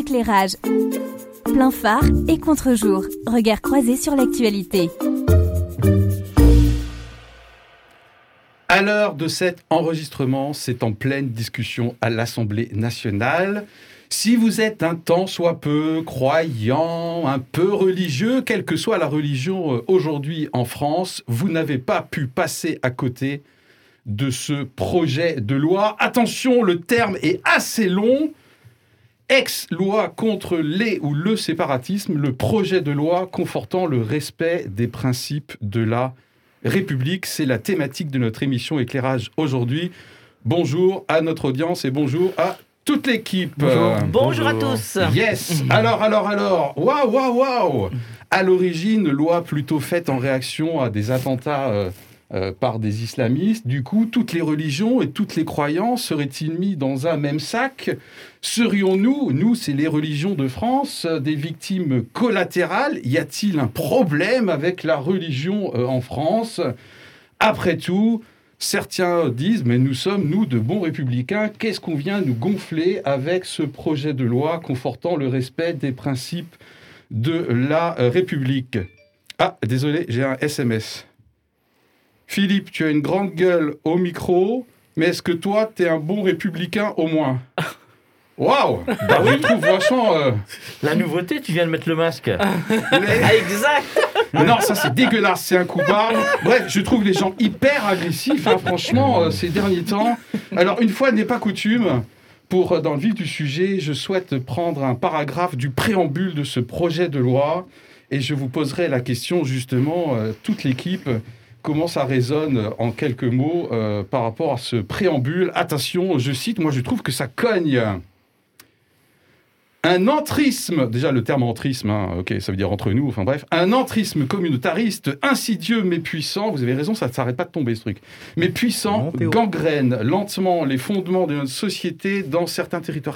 Éclairage. Plein phare et contre-jour. Regard croisé sur l'actualité. À l'heure de cet enregistrement, c'est en pleine discussion à l'Assemblée nationale. Si vous êtes un tant soit peu croyant, un peu religieux, quelle que soit la religion aujourd'hui en France, vous n'avez pas pu passer à côté de ce projet de loi. Attention, le terme est assez long. Ex-loi contre les ou le séparatisme, le projet de loi confortant le respect des principes de la République. C'est la thématique de notre émission Éclairage aujourd'hui. Bonjour à notre audience et bonjour à toute l'équipe. Bonjour à tous. Yes. Alors. Waouh. À l'origine, loi plutôt faite en réaction à des attentats par des islamistes. Du coup, toutes les religions et toutes les croyances seraient-ils mis dans un même sac ? Serions-nous, c'est les religions de France, des victimes collatérales ? Y a-t-il un problème avec la religion en France ? Après tout, certains disent, mais nous sommes, nous, de bons républicains. Qu'est-ce qu'on vient nous gonfler avec ce projet de loi confortant le respect des principes de la République ? Ah, désolé, j'ai un SMS. Philippe, tu as une grande gueule au micro, mais est-ce que toi, t'es un bon républicain au moins ? Waouh ! Bah oui, je trouve vachement... La nouveauté, tu viens de mettre le masque. Exact. Non, ça c'est dégueulasse, c'est un coup bas. Bref, je trouve les gens hyper agressifs, franchement, ces derniers temps. Alors, une fois n'est pas coutume, dans le vif du sujet, je souhaite prendre un paragraphe du préambule de ce projet de loi, et je vous poserai la question, justement, toute l'équipe... Comment ça résonne en quelques mots par rapport à ce préambule ? Attention, je cite, moi je trouve que ça cogne. Un entrisme, déjà le terme entrisme, ok, ça veut dire entre nous, enfin bref, un entrisme communautariste insidieux mais puissant, vous avez raison, ça ne s'arrête pas de tomber ce truc, mais puissant, gangrène lentement les fondements de notre société dans certains territoires.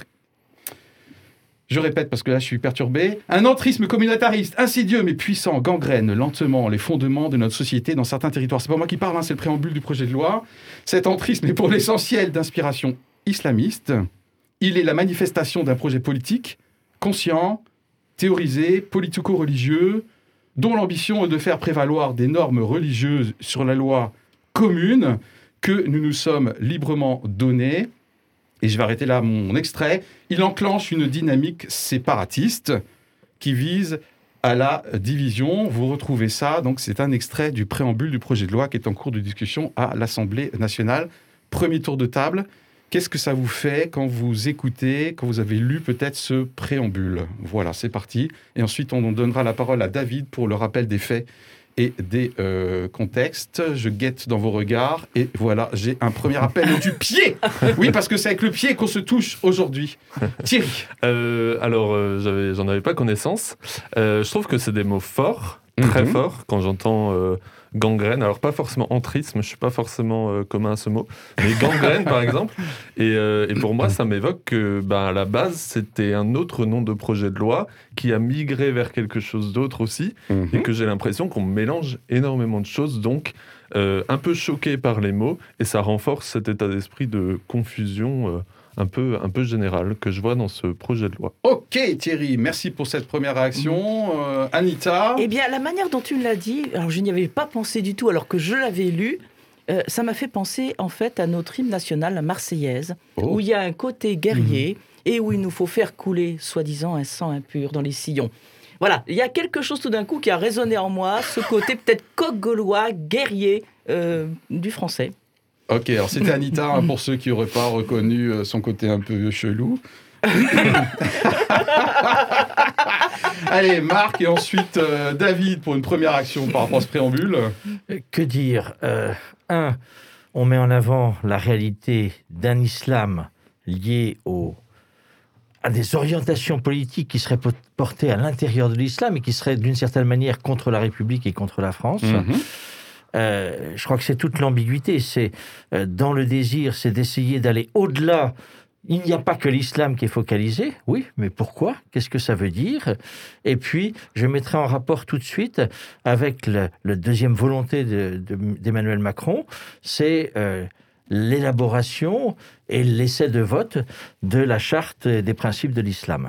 Je répète parce que là je suis perturbé. Un entrisme communautariste insidieux mais puissant gangrène lentement les fondements de notre société dans certains territoires. C'est pas moi qui parle, c'est le préambule du projet de loi. Cet entrisme est pour l'essentiel d'inspiration islamiste. Il est la manifestation d'un projet politique, conscient, théorisé, politico-religieux, dont l'ambition est de faire prévaloir des normes religieuses sur la loi commune que nous nous sommes librement données. Et je vais arrêter là mon extrait. Il enclenche une dynamique séparatiste qui vise à la division. Vous retrouvez ça, donc c'est un extrait du préambule du projet de loi qui est en cours de discussion à l'Assemblée nationale. Premier tour de table. Qu'est-ce que ça vous fait quand vous écoutez, quand vous avez lu peut-être ce préambule ? Voilà, c'est parti. Et ensuite, on donnera la parole à David pour le rappel des faits et des contextes. Je guette dans vos regards. Et voilà, j'ai un premier appel du pied. Oui, parce que c'est avec le pied qu'on se touche aujourd'hui. Thierry. J'en avais pas connaissance. Je trouve que c'est des mots forts, très forts, quand j'entends gangrène. Alors, pas forcément entrisme, je suis pas forcément commun à ce mot, mais gangrène, par exemple. Et pour moi, ça m'évoque que, à la base, c'était un autre nom de projet de loi qui a migré vers quelque chose d'autre aussi, et que j'ai l'impression qu'on mélange énormément de choses, donc un peu choqué par les mots, et ça renforce cet état d'esprit de confusion un peu général que je vois dans ce projet de loi. Ok Thierry, merci pour cette première réaction. Anita ? Eh bien, la manière dont tu l'as dit, alors je n'y avais pas pensé du tout alors que je l'avais lu, ça m'a fait penser en fait à notre hymne national, la Marseillaise, où il y a un côté guerrier et où il nous faut faire couler, soi-disant, un sang impur dans les sillons. Voilà, il y a quelque chose tout d'un coup qui a résonné en moi, ce côté peut-être coq-gaulois, guerrier du français. Ok, alors c'était Anita, pour ceux qui n'auraient pas reconnu son côté un peu chelou. Allez, Marc, et ensuite David pour une première action par rapport à ce préambule. Que dire ? On met en avant la réalité d'un islam lié à des orientations politiques qui seraient portées à l'intérieur de l'islam et qui seraient d'une certaine manière contre la République et contre la France. Je crois que c'est toute l'ambiguïté. C'est dans le désir, c'est d'essayer d'aller au-delà. Il n'y a pas que l'islam qui est focalisé. Oui, mais pourquoi ? Qu'est-ce que ça veut dire ? Et puis, je mettrai en rapport tout de suite avec la deuxième volonté d'Emmanuel Macron, c'est l'élaboration et l'essai de vote de la charte des principes de l'islam.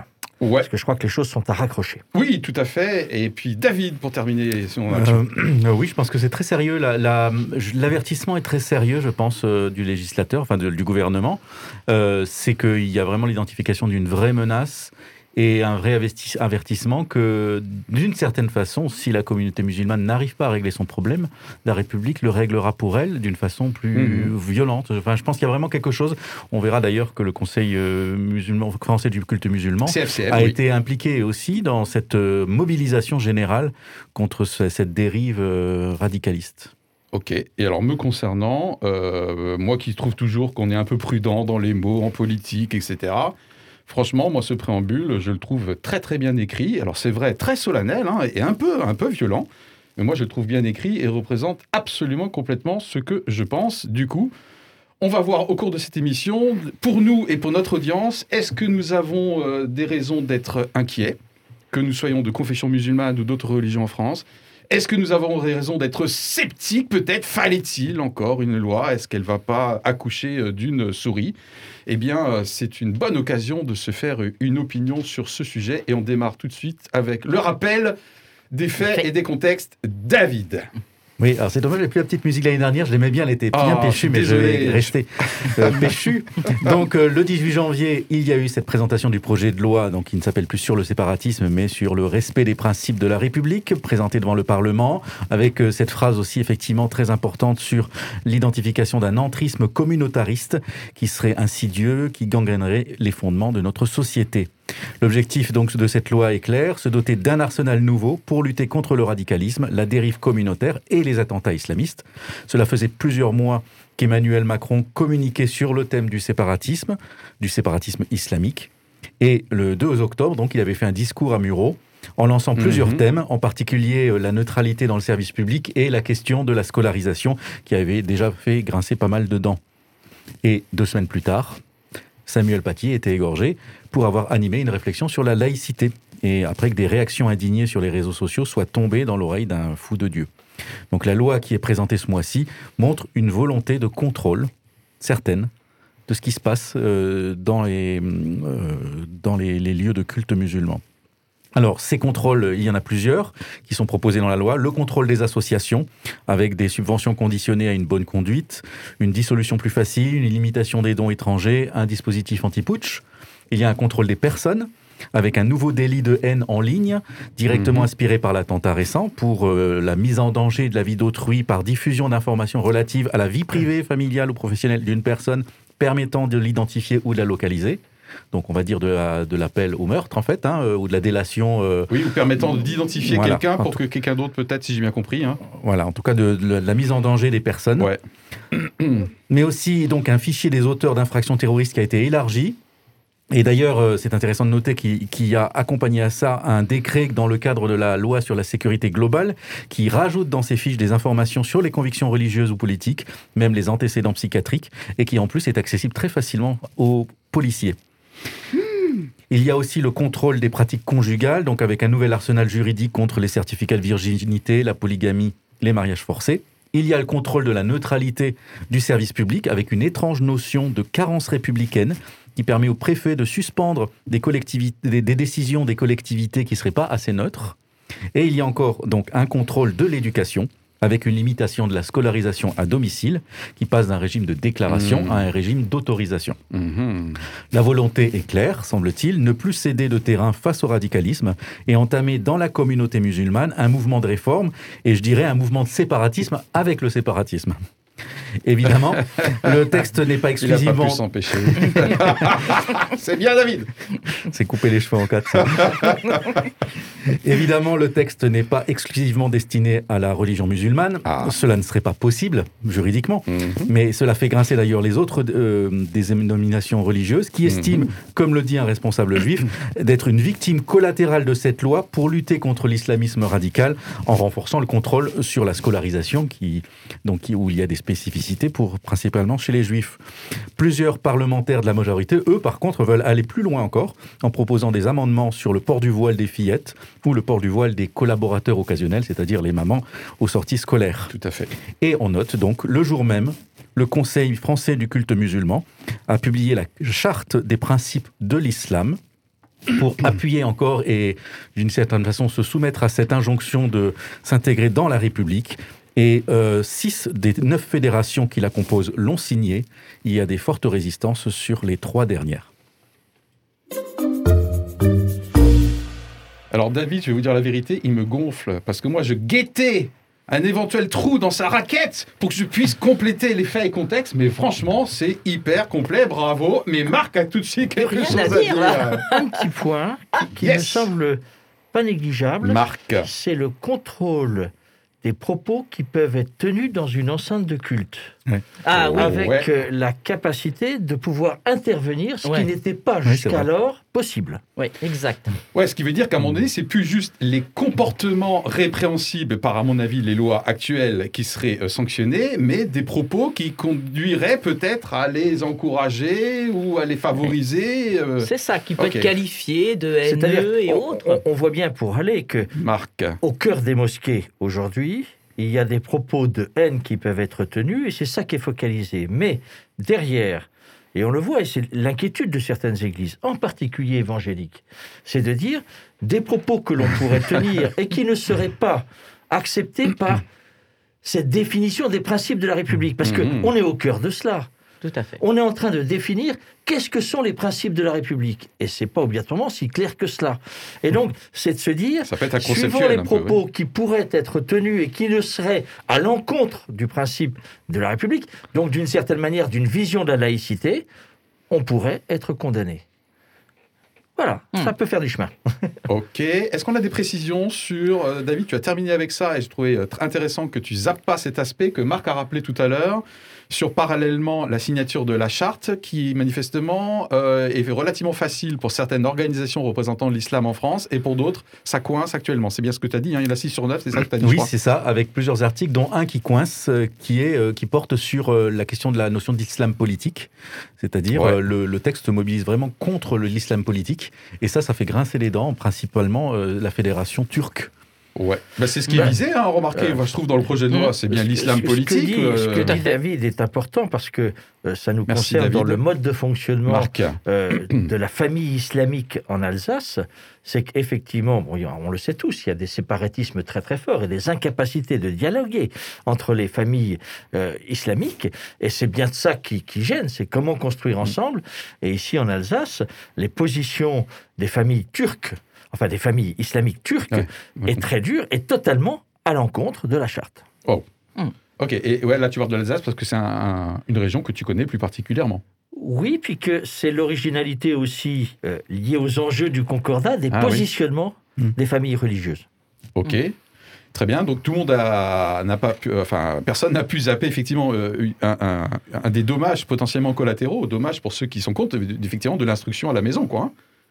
Ouais. Parce que je crois que les choses sont à raccrocher. Oui, tout à fait. Et puis David, pour terminer, si on a... Oui, je pense que c'est très sérieux. L'avertissement est très sérieux, je pense, du législateur, enfin du gouvernement. C'est qu'il y a vraiment l'identification d'une vraie menace et un vrai avertissement que, d'une certaine façon, si la communauté musulmane n'arrive pas à régler son problème, la République le réglera pour elle d'une façon plus violente. Enfin, je pense qu'il y a vraiment quelque chose. On verra d'ailleurs que le Conseil français du culte musulman a été impliqué aussi dans cette mobilisation générale contre cette dérive radicaliste. Ok, et alors me concernant, moi qui trouve toujours qu'on est un peu prudent dans les mots, en politique, etc., franchement, moi, ce préambule, je le trouve très très bien écrit. Alors c'est vrai, très solennel et un peu violent, mais moi je le trouve bien écrit et représente absolument complètement ce que je pense. Du coup, on va voir au cours de cette émission, pour nous et pour notre audience, est-ce que nous avons des raisons d'être inquiets, que nous soyons de confession musulmane ou d'autres religions en France ? Est-ce que nous avons des raisons d'être sceptiques, peut-être ? Fallait-il encore une loi ? Est-ce qu'elle ne va pas accoucher d'une souris ? Eh bien, c'est une bonne occasion de se faire une opinion sur ce sujet. Et on démarre tout de suite avec le rappel des faits et des contextes. David. Oui, alors c'est dommage, j'ai plus la petite musique l'année dernière, je l'aimais bien, elle était bien péchue, mais je vais rester péchu. Donc le 18 janvier, il y a eu cette présentation du projet de loi, donc qui ne s'appelle plus sur le séparatisme, mais sur le respect des principes de la République, présenté devant le Parlement, avec cette phrase aussi effectivement très importante sur l'identification d'un entrisme communautariste qui serait insidieux, qui gangrènerait les fondements de notre société. L'objectif donc de cette loi est clair, se doter d'un arsenal nouveau pour lutter contre le radicalisme, la dérive communautaire et les attentats islamistes. Cela faisait plusieurs mois qu'Emmanuel Macron communiquait sur le thème du séparatisme islamique. Et le 2 octobre, donc, il avait fait un discours à Muro en lançant plusieurs thèmes, en particulier la neutralité dans le service public et la question de la scolarisation qui avait déjà fait grincer pas mal de dents. Et 2 semaines plus tard, Samuel Paty était égorgé pour avoir animé une réflexion sur la laïcité, et après que des réactions indignées sur les réseaux sociaux soient tombées dans l'oreille d'un fou de Dieu. Donc la loi qui est présentée ce mois-ci montre une volonté de contrôle certaine de ce qui se passe dans les lieux de culte musulmans. Alors, ces contrôles, il y en a plusieurs qui sont proposés dans la loi. Le contrôle des associations, avec des subventions conditionnées à une bonne conduite, une dissolution plus facile, une limitation des dons étrangers, un dispositif anti-putsch. Il y a un contrôle des personnes, avec un nouveau délit de haine en ligne, directement inspiré par l'attentat récent, pour la mise en danger de la vie d'autrui par diffusion d'informations relatives à la vie privée, familiale ou professionnelle d'une personne, permettant de l'identifier ou de la localiser. Donc on va dire de l'appel au meurtre en fait, ou de la délation. Oui, ou permettant d'identifier quelqu'un pour que quelqu'un d'autre peut-être, si j'ai bien compris. Voilà, en tout cas de la mise en danger des personnes. Ouais. Mais aussi donc un fichier des auteurs d'infractions terroristes qui a été élargi. Et d'ailleurs, c'est intéressant de noter qu'il y a accompagné à ça un décret dans le cadre de la loi sur la sécurité globale qui rajoute dans ses fiches des informations sur les convictions religieuses ou politiques, même les antécédents psychiatriques, et qui en plus est accessible très facilement aux policiers. Il y a aussi le contrôle des pratiques conjugales, donc avec un nouvel arsenal juridique contre les certificats de virginité, la polygamie, les mariages forcés. Il y a le contrôle de la neutralité du service public, avec une étrange notion de carence républicaine qui permet au préfet de suspendre des décisions des collectivités qui ne seraient pas assez neutres. Et il y a encore donc un contrôle de l'éducation, avec une limitation de la scolarisation à domicile, qui passe d'un régime de déclaration à un régime d'autorisation. La volonté est claire, semble-t-il, ne plus céder de terrain face au radicalisme et entamer dans la communauté musulmane un mouvement de réforme, et je dirais un mouvement de séparatisme avec le séparatisme. Évidemment, le texte n'est pas exclusivement... Il n'a pas pu s'empêcher. C'est bien, David. C'est couper les cheveux en quatre, ça. Évidemment, le texte n'est pas exclusivement destiné à la religion musulmane. Cela ne serait pas possible, juridiquement. Mais cela fait grincer d'ailleurs les autres dénominations religieuses qui estiment, comme le dit un responsable juif, d'être une victime collatérale de cette loi pour lutter contre l'islamisme radical en renforçant le contrôle sur la scolarisation où il y a des spécificités principalement chez les juifs. Plusieurs parlementaires de la majorité, eux, par contre, veulent aller plus loin encore en proposant des amendements sur le port du voile des fillettes ou le port du voile des collaborateurs occasionnels, c'est-à-dire les mamans aux sorties scolaires. Tout à fait. Et on note donc, le jour même, le Conseil français du culte musulman a publié la charte des principes de l'islam, pour appuyer encore et d'une certaine façon se soumettre à cette injonction de s'intégrer dans la République. Et 6 des 9 fédérations qui la composent l'ont signé. Il y a des fortes résistances sur les 3 dernières. Alors David, je vais vous dire la vérité, il me gonfle, parce que moi je guettais un éventuel trou dans sa raquette pour que je puisse compléter les faits et contextes, mais franchement, c'est hyper complet, bravo. Mais Marc a tout de suite quelque chose à dire. Un petit point qui me semble pas négligeable. Marc. C'est le contrôle des propos qui peuvent être tenus dans une enceinte de culte. Ouais. Ah oui. Avec la capacité de pouvoir intervenir, ce qui n'était pas Oui, jusqu'alors possible. Oui, exact. Ouais, ce qui veut dire qu'à un moment donné, c'est plus juste les comportements répréhensibles par, à mon avis, les lois actuelles qui seraient sanctionnés, mais des propos qui conduiraient peut-être à les encourager ou à les favoriser. C'est ça, qui peut être qualifié de haineux et autres. On voit bien pour aller que, Marc. au cœur des mosquées aujourd'hui, il y a des propos de haine qui peuvent être tenus, et c'est ça qui est focalisé. Mais derrière, et on le voit, et c'est l'inquiétude de certaines églises, en particulier évangéliques, c'est de dire des propos que l'on pourrait tenir et qui ne seraient pas acceptés par cette définition des principes de la République. Parce qu'on est au cœur de cela. Tout à fait. On est en train de définir qu'est-ce que sont les principes de la République. Et ce n'est pas obligatoirement si clair que cela. Et donc, c'est de se dire, ça peut être suivant les propos qui pourraient être tenus et qui ne seraient à l'encontre du principe de la République, donc d'une certaine manière, d'une vision de la laïcité, on pourrait être condamné. Voilà, ça peut faire du chemin. Ok. Est-ce qu'on a des précisions sur... David, tu as terminé avec ça et je trouvais intéressant que tu zappes pas cet aspect que Marc a rappelé tout à l'heure sur parallèlement la signature de la charte qui manifestement est relativement facile pour certaines organisations représentant l'islam en France et pour d'autres, ça coince actuellement. C'est bien ce que tu as dit, hein, il y en a 6 sur 9, c'est ça que tu as dit? Oui, c'est ça, avec plusieurs articles, dont un qui coince, qui porte sur la question de la notion d'islam politique. C'est-à-dire, le texte mobilise vraiment contre l'islam politique. Et ça fait grincer les dents, principalement la fédération turque. Ouais, c'est ce qui est visé, remarquez, je trouve dans le projet de loi, c'est bien l'islam politique. Ce que dit David est important parce que ça nous concerne David. Dans le mode de fonctionnement de la famille islamique en Alsace, c'est qu'effectivement, on le sait tous, il y a des séparatismes très très forts et des incapacités de dialoguer entre les familles islamiques, et c'est bien de ça qui gêne, c'est comment construire ensemble. Et ici en Alsace, les positions des familles turques, enfin des familles islamiques turques, est très dur et totalement à l'encontre de la charte. Oh. Ok, et là tu parles de l'Alsace parce que c'est une région que tu connais plus particulièrement. Oui, puis que c'est l'originalité aussi liée aux enjeux du concordat, des positionnements des familles religieuses. Ok, très bien. Donc tout le monde personne n'a pu zapper effectivement un des dommages potentiellement collatéraux, dommages pour ceux qui sont contre effectivement de l'instruction à la maison, quoi.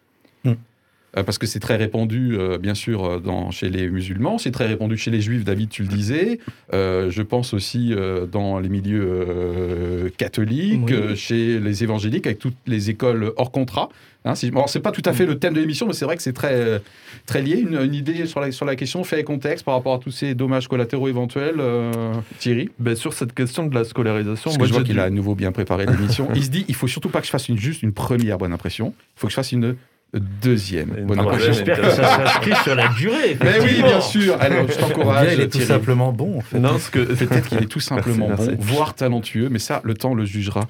Parce que c'est très répandu, bien sûr, chez les musulmans, c'est très répandu chez les juifs, David, tu le disais. Je pense aussi dans les milieux catholiques, chez les évangéliques, avec toutes les écoles hors contrat. C'est pas tout à fait le thème de l'émission, mais c'est vrai que c'est très, très lié. Une idée sur la question, fait et contexte par rapport à tous ces dommages collatéraux éventuels, Thierry? Sur cette question de la scolarisation... Parce que je vois qu'il a à nouveau bien préparé l'émission. Il se dit, il faut surtout pas que je fasse juste une première bonne impression, il faut que je fasse une deuxième bonne impression. J'espère que ça s'inscrit sur la durée. Mais oui, bien sûr. Alors, je t'encourage. Il est tout simplement bon. En fait. Non, peut-être qu'il est tout simplement bon, voire talentueux, mais ça, le temps le jugera.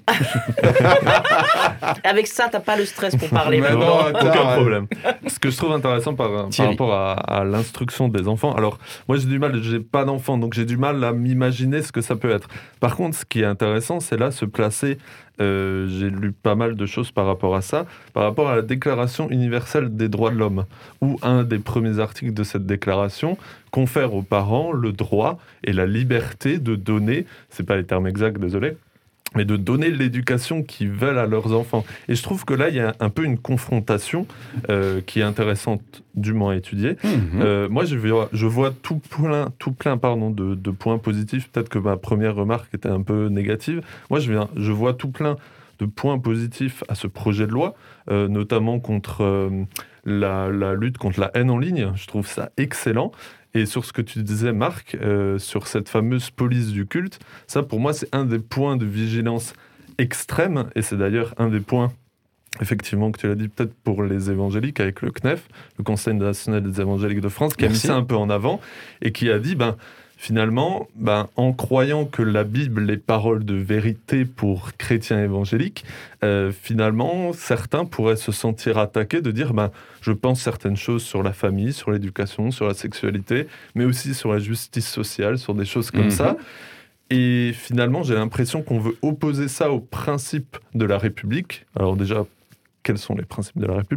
Avec ça, t'as pas le stress pour parler. Non, aucun problème. Ce que je trouve intéressant par rapport à l'instruction des enfants. Alors, moi, j'ai pas d'enfant, donc j'ai du mal à m'imaginer ce que ça peut être. Par contre, ce qui est intéressant, c'est là se placer. J'ai lu pas mal de choses par rapport à ça, par rapport à la Déclaration universelle des droits de l'homme, où un des premiers articles de cette déclaration confère aux parents le droit et la liberté de donner, c'est pas les termes exacts, désolé, mais de donner l'éducation qu'ils veulent à leurs enfants. Et je trouve que là, il y a un peu une confrontation qui est intéressante, dûment à étudier. Moi, je vois tout plein de points positifs. Peut-être que ma première remarque était un peu négative. Moi, je vois tout plein de points positifs à ce projet de loi, notamment contre la lutte contre la haine en ligne. Je trouve ça excellent. Et sur ce que tu disais, Marc, sur cette fameuse police du culte, ça, pour moi, c'est un des points de vigilance extrême, et c'est d'ailleurs un des points effectivement, que tu l'as dit, peut-être pour les évangéliques, avec le CNEF, le Conseil national des évangéliques de France, qui a mis ça un peu en avant, et qui a dit, finalement, en croyant que la Bible est parole de vérité pour chrétiens évangéliques, finalement, certains pourraient se sentir attaqués de dire, je pense certaines choses sur la famille, sur l'éducation, sur la sexualité, mais aussi sur la justice sociale, sur des choses comme ça. Et finalement, j'ai l'impression qu'on veut opposer ça aux principes de la République. Alors déjà, quels sont les principes de la République ?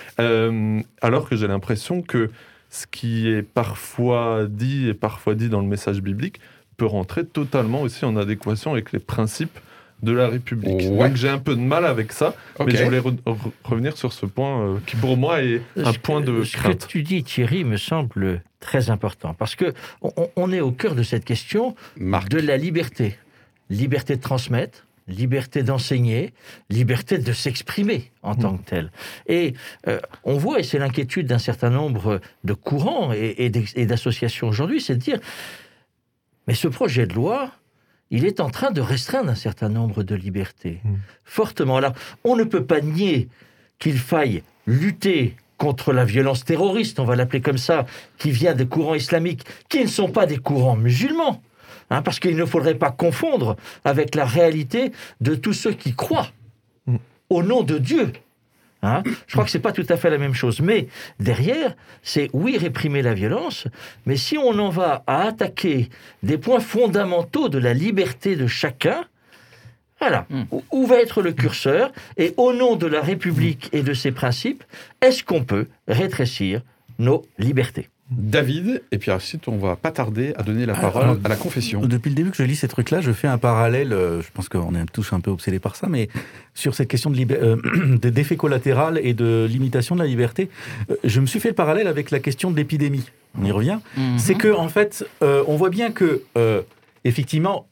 Alors que j'ai l'impression que ce qui est parfois dit dans le message biblique peut rentrer totalement aussi en adéquation avec les principes de la République. Donc j'ai un peu de mal avec ça, mais je voulais revenir sur ce point qui pour moi est un point de crainte. Ce que tu dis, Thierry, me semble très important, parce qu'on est au cœur de cette question de la liberté. Liberté de transmettre, liberté d'enseigner, liberté de s'exprimer en tant que tel. Et on voit, et c'est l'inquiétude d'un certain nombre de courants et d'associations aujourd'hui, c'est de dire, mais ce projet de loi, il est en train de restreindre un certain nombre de libertés, fortement. Alors, on ne peut pas nier qu'il faille lutter contre la violence terroriste, on va l'appeler comme ça, qui vient des courants islamiques, qui ne sont pas des courants musulmans. Parce qu'il ne faudrait pas confondre avec la réalité de tous ceux qui croient au nom de Dieu. Je crois que ce n'est pas tout à fait la même chose. Mais derrière, c'est oui, réprimer la violence, mais si on en va à attaquer des points fondamentaux de la liberté de chacun, voilà, où va être le curseur ? Et au nom de la République et de ses principes, est-ce qu'on peut rétrécir nos libertés ? David, et puis ensuite on va pas tarder à donner la parole à la confession. Depuis le début que je lis ces trucs-là, je fais un parallèle, je pense qu'on est tous un peu obsédés par ça, mais sur cette question d'effet collatéral et de limitation de la liberté, je me suis fait le parallèle avec la question de l'épidémie. On y revient. C'est que en fait, on voit bien que effectivement,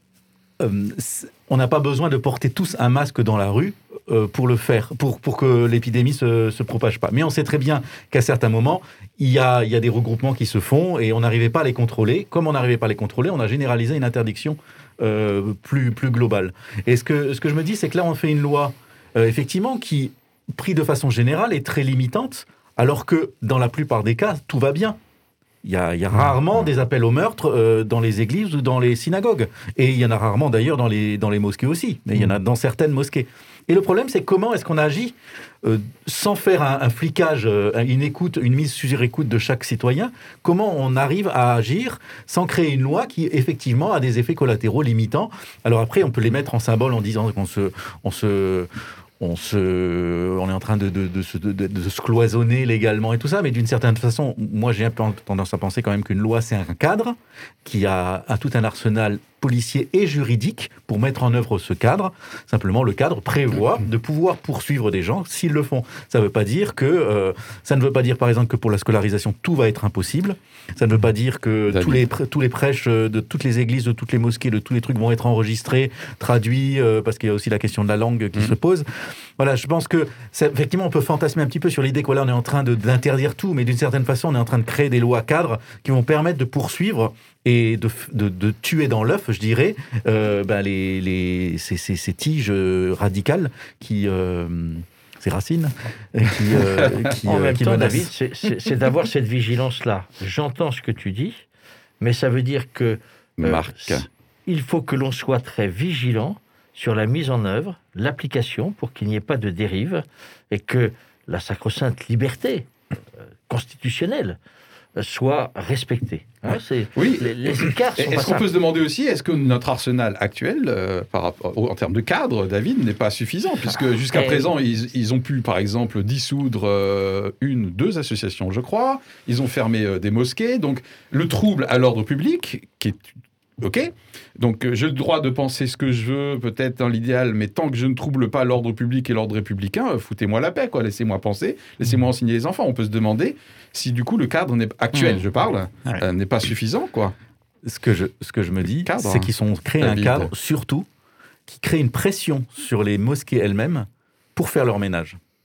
on n'a pas besoin de porter tous un masque dans la rue pour le faire, pour que l'épidémie se propage pas. Mais on sait très bien qu'à certains moments, il y a des regroupements qui se font et on n'arrivait pas à les contrôler. Comme on n'arrivait pas à les contrôler, on a généralisé une interdiction plus globale. Et ce que je me dis, c'est que là, on fait une loi, effectivement, qui, prise de façon générale, est très limitante, alors que dans la plupart des cas, tout va bien. Il y a rarement des appels au meurtre dans les églises ou dans les synagogues. Et il y en a rarement d'ailleurs dans les mosquées aussi. Mais il y en a dans certaines mosquées. Et le problème, c'est comment est-ce qu'on agit sans faire un flicage, une mise sur écoute de chaque citoyen. Comment on arrive à agir sans créer une loi qui, effectivement, a des effets collatéraux limitants. Alors après, on peut les mettre en symbole en disant qu'on on est en train de se cloisonner légalement et tout ça, mais d'une certaine façon, moi j'ai un peu tendance à penser quand même qu'une loi c'est un cadre qui a tout un arsenal policier et juridique pour mettre en œuvre ce cadre. Simplement, le cadre prévoit de pouvoir poursuivre des gens s'ils le font. Ça ne veut pas dire par exemple que pour la scolarisation tout va être impossible. Ça ne veut pas dire que tous les prêches de toutes les églises, de toutes les mosquées, de tous les trucs vont être enregistrés, traduits, parce qu'il y a aussi la question de la langue qui se pose. Voilà, je pense que effectivement on peut fantasmer un petit peu sur l'idée qu'on est en train d'interdire tout, mais d'une certaine façon on est en train de créer des lois cadres qui vont permettre de poursuivre et de tuer dans l'œuf, je dirais, ces tiges radicales qui... ces racines qui en même temps, menacent. David, c'est d'avoir cette vigilance-là. J'entends ce que tu dis, mais ça veut dire que il faut que l'on soit très vigilant sur la mise en œuvre, l'application, pour qu'il n'y ait pas de dérive, et que la sacro-sainte liberté constitutionnelle soit respectée. Oui. Les écarts sont Est-ce qu'on peut se demander aussi, est-ce que notre arsenal actuel, en termes de cadre, David, n'est pas suffisant ? Puisque jusqu'à présent, ils ont pu, par exemple, dissoudre 2 associations, je crois. Ils ont fermé des mosquées. Donc, le trouble à l'ordre public, qui est... OK ? Donc, j'ai le droit de penser ce que je veux, peut-être dans l'idéal, mais tant que je ne trouble pas l'ordre public et l'ordre républicain, foutez-moi la paix, quoi. Laissez-moi penser, laissez-moi enseigner les enfants. On peut se demander si, du coup, le cadre actuel, je parle, n'est pas suffisant, quoi. Ce que je me dis, c'est qu'ils ont créé un cadre, surtout, qui crée une pression sur les mosquées elles-mêmes pour faire leur ménage.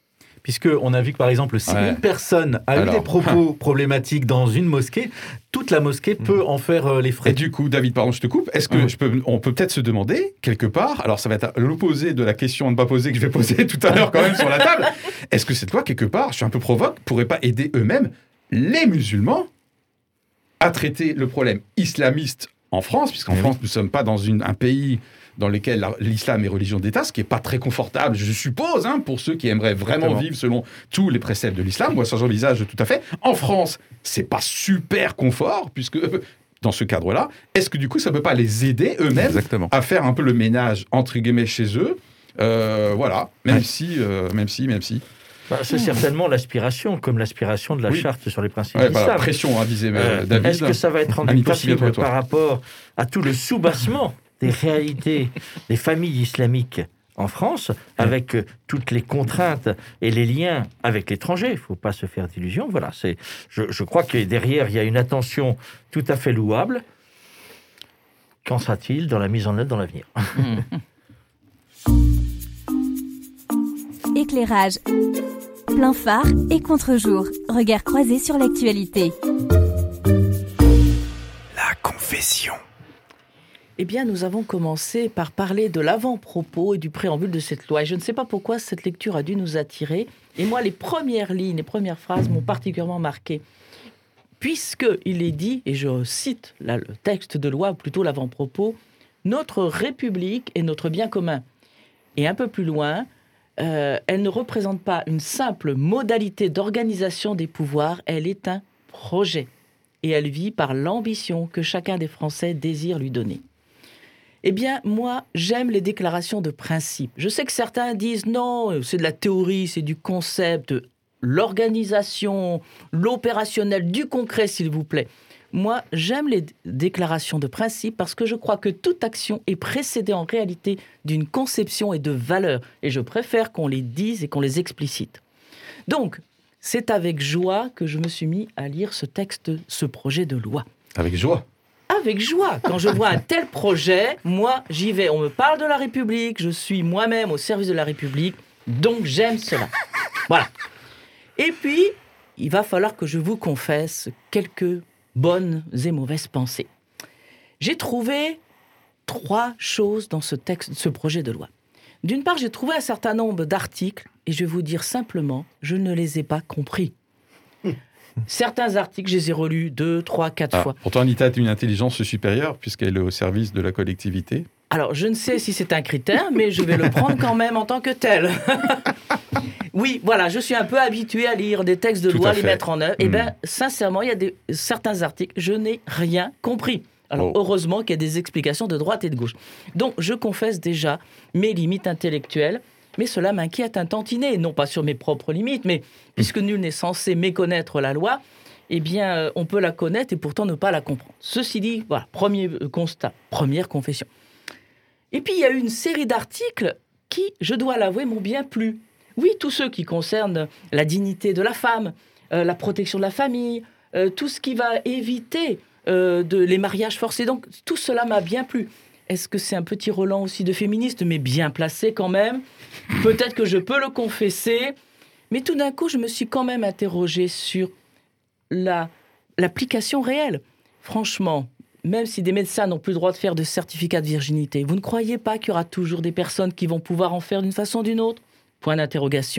puisqu'on a vu que, par exemple, si une personne a eu des propos problématiques dans une mosquée, toute la mosquée peut en faire les frais. Et du coup, David, pardon, je te coupe, est-ce que on peut peut-être se demander, quelque part, alors ça va être l'opposé de la question à ne pas poser que je vais poser tout à l'heure quand même sur la table, est-ce que cette loi, quelque part, je suis un peu provoque, pourrait pas aider eux-mêmes, les musulmans, à traiter le problème islamiste en France, puisqu'en France, nous ne sommes pas dans un pays dans lequel l'islam est religion d'État, ce qui n'est pas très confortable, je suppose, pour ceux qui aimeraient vraiment vivre selon tous les préceptes de l'islam. Moi, ça, j'envisage tout à fait. En France, c'est pas super confort, puisque dans ce cadre-là, est-ce que du coup, ça ne peut pas les aider eux-mêmes à faire un peu le ménage, entre guillemets, chez eux voilà, même si... c'est certainement l'aspiration, comme l'aspiration de la charte sur les principes de l'islam. Pression, disait David. Est-ce que ça va être rendu possible par rapport à tout le soubassement des réalités des familles islamiques en France, avec toutes les contraintes et les liens avec l'étranger? Il ne faut pas se faire d'illusions. Voilà, je crois que derrière, il y a une attention tout à fait louable. Qu'en sera-t-il dans la mise en œuvre dans l'avenir? Éclairage, plein phare et contre-jour. Regard croisé sur l'actualité. La confession. Eh bien, nous avons commencé par parler de l'avant-propos et du préambule de cette loi. Et je ne sais pas pourquoi cette lecture a dû nous attirer. Et moi, les premières lignes, les premières phrases m'ont particulièrement marqué. Puisqu'il est dit, et je cite là, le texte de loi, ou plutôt l'avant-propos, « Notre République est notre bien commun ». Et un peu plus loin, elle ne représente pas une simple modalité d'organisation des pouvoirs, elle est un projet. Et elle vit par l'ambition que chacun des Français désire lui donner. Eh bien, moi, j'aime les déclarations de principe. Je sais que certains disent non, c'est de la théorie, c'est du concept, l'organisation, l'opérationnel, du concret, s'il vous plaît. Moi, j'aime les déclarations de principe parce que je crois que toute action est précédée en réalité d'une conception et de valeurs. Et je préfère qu'on les dise et qu'on les explicite. Donc, c'est avec joie que je me suis mis à lire ce texte, ce projet de loi. Avec joie? Avec joie. Quand je vois un tel projet, moi, j'y vais. On me parle de la République, je suis moi-même au service de la République, donc j'aime cela. Voilà. Et puis, il va falloir que je vous confesse quelques bonnes et mauvaises pensées. J'ai trouvé 3 choses dans ce texte, ce projet de loi. D'une part, j'ai trouvé un certain nombre d'articles, et je vais vous dire simplement, je ne les ai pas compris. Certains articles, je les ai relus 2, 3, 4 fois. Pourtant, Anita a une intelligence supérieure, puisqu'elle est au service de la collectivité. Alors, je ne sais si c'est un critère, mais je vais le prendre quand même en tant que tel. Oui, voilà, je suis un peu habitué à lire des textes de loi, les mettre en œuvre. Eh bien, sincèrement, il y a certains articles, je n'ai rien compris. Alors, heureusement qu'il y a des explications de droite et de gauche. Donc, je confesse déjà mes limites intellectuelles, mais cela m'inquiète un tantinet, non pas sur mes propres limites, mais puisque nul n'est censé méconnaître la loi, eh bien, on peut la connaître et pourtant ne pas la comprendre. Ceci dit, voilà, premier constat, première confession. Et puis, il y a eu une série d'articles qui, je dois l'avouer, m'ont bien plu. Oui, tous ceux qui concernent la dignité de la femme, la protection de la famille, tout ce qui va éviter les mariages forcés. Donc, tout cela m'a bien plu. Est-ce que c'est un petit relent aussi de féministe, mais bien placé quand même? Peut-être que je peux le confesser. Mais tout d'un coup, je me suis quand même interrogée sur l'application réelle. Franchement, même si des médecins n'ont plus le droit de faire de certificat de virginité, vous ne croyez pas qu'il y aura toujours des personnes qui vont pouvoir en faire d'une façon ou d'une autre? Point d'interrogation.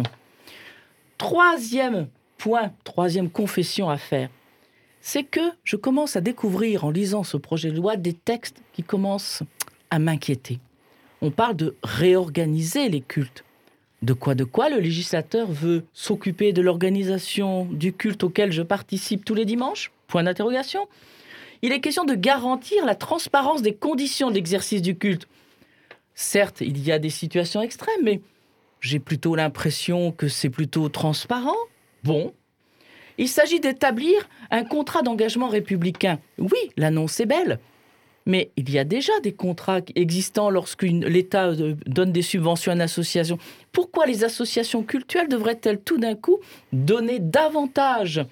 Troisième point, troisième confession à faire, c'est que je commence à découvrir, en lisant ce projet de loi, des textes qui commencent à m'inquiéter. On parle de réorganiser les cultes. De quoi le législateur veut s'occuper de l'organisation du culte auquel je participe tous les dimanches? Point d'interrogation. Il est question de garantir la transparence des conditions d'exercice du culte. Certes, il y a des situations extrêmes, mais j'ai plutôt l'impression que c'est plutôt transparent. Bon. Il s'agit d'établir un contrat d'engagement républicain. Oui, l'annonce est belle. Mais il y a déjà des contrats existants lorsque l'État donne des subventions à une association. Pourquoi les associations cultuelles devraient-elles tout d'un coup donner davantage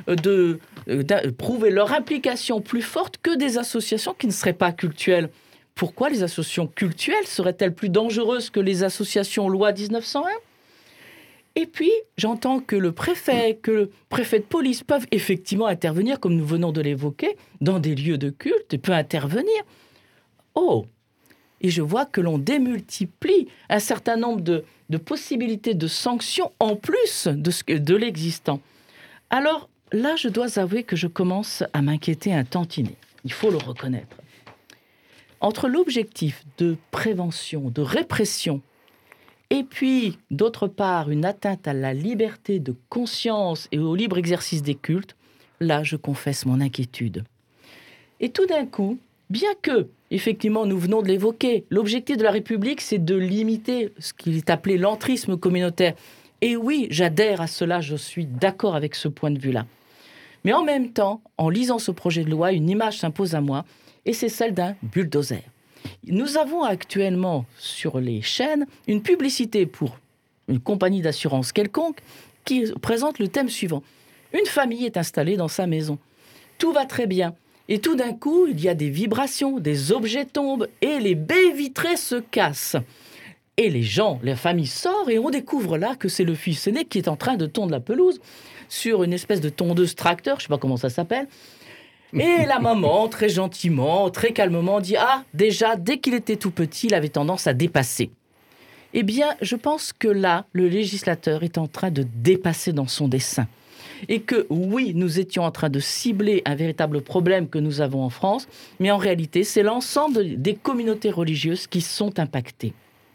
prouver leur implication plus forte que des associations qui ne seraient pas cultuelles? Pourquoi les associations cultuelles seraient-elles plus dangereuses que les associations loi 1901? Et puis, j'entends que le préfet de police peuvent effectivement intervenir, comme nous venons de l'évoquer, dans des lieux de culte, et peut intervenir. Oh! Et je vois que l'on démultiplie un certain nombre de possibilités de sanctions en plus de l'existant. Alors là, je dois avouer que je commence à m'inquiéter un tantinet. Il faut le reconnaître. Entre l'objectif de prévention, de répression, et puis, d'autre part, une atteinte à la liberté de conscience et au libre exercice des cultes, là, je confesse mon inquiétude. Et tout d'un coup, bien que, effectivement, nous venons de l'évoquer, l'objectif de la République, c'est de limiter ce qu'il est appelé l'entrisme communautaire. Et oui, j'adhère à cela, je suis d'accord avec ce point de vue-là. Mais en même temps, en lisant ce projet de loi, une image s'impose à moi, et c'est celle d'un bulldozer. Nous avons actuellement sur les chaînes une publicité pour une compagnie d'assurance quelconque qui présente le thème suivant. Une famille est installée dans sa maison. Tout va très bien. Et tout d'un coup, il y a des vibrations, des objets tombent et les baies vitrées se cassent. Et la famille sort et on découvre là que c'est le fils aîné qui est en train de tondre la pelouse sur une espèce de tondeuse tracteur, je ne sais pas comment ça s'appelle. Et la maman, très gentiment, très calmement, dit « Ah, déjà, dès qu'il était tout petit, il avait tendance à dépasser. » Eh bien, je pense que là, le législateur est en train de dépasser dans son dessein. Et que, oui, nous étions en train de cibler un véritable problème que nous avons en France, mais en réalité, c'est l'ensemble des communautés religieuses qui sont impactées.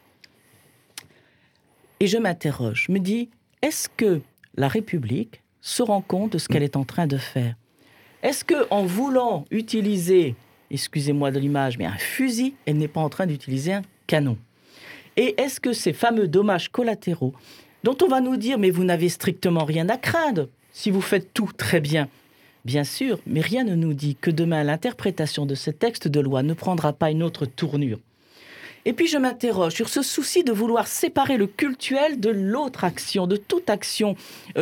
Et je m'interroge, je me dis, est-ce que la République se rend compte de ce qu'elle est en train de faire ? Est-ce qu'en voulant utiliser, excusez-moi de l'image, mais un fusil, elle n'est pas en train d'utiliser un canon ? Et est-ce que ces fameux dommages collatéraux, dont on va nous dire « mais vous n'avez strictement rien à craindre si vous faites tout très bien », bien sûr, mais rien ne nous dit que demain l'interprétation de ce texte de loi ne prendra pas une autre tournure. Et puis je m'interroge sur ce souci de vouloir séparer le cultuel de l'autre action, de toute action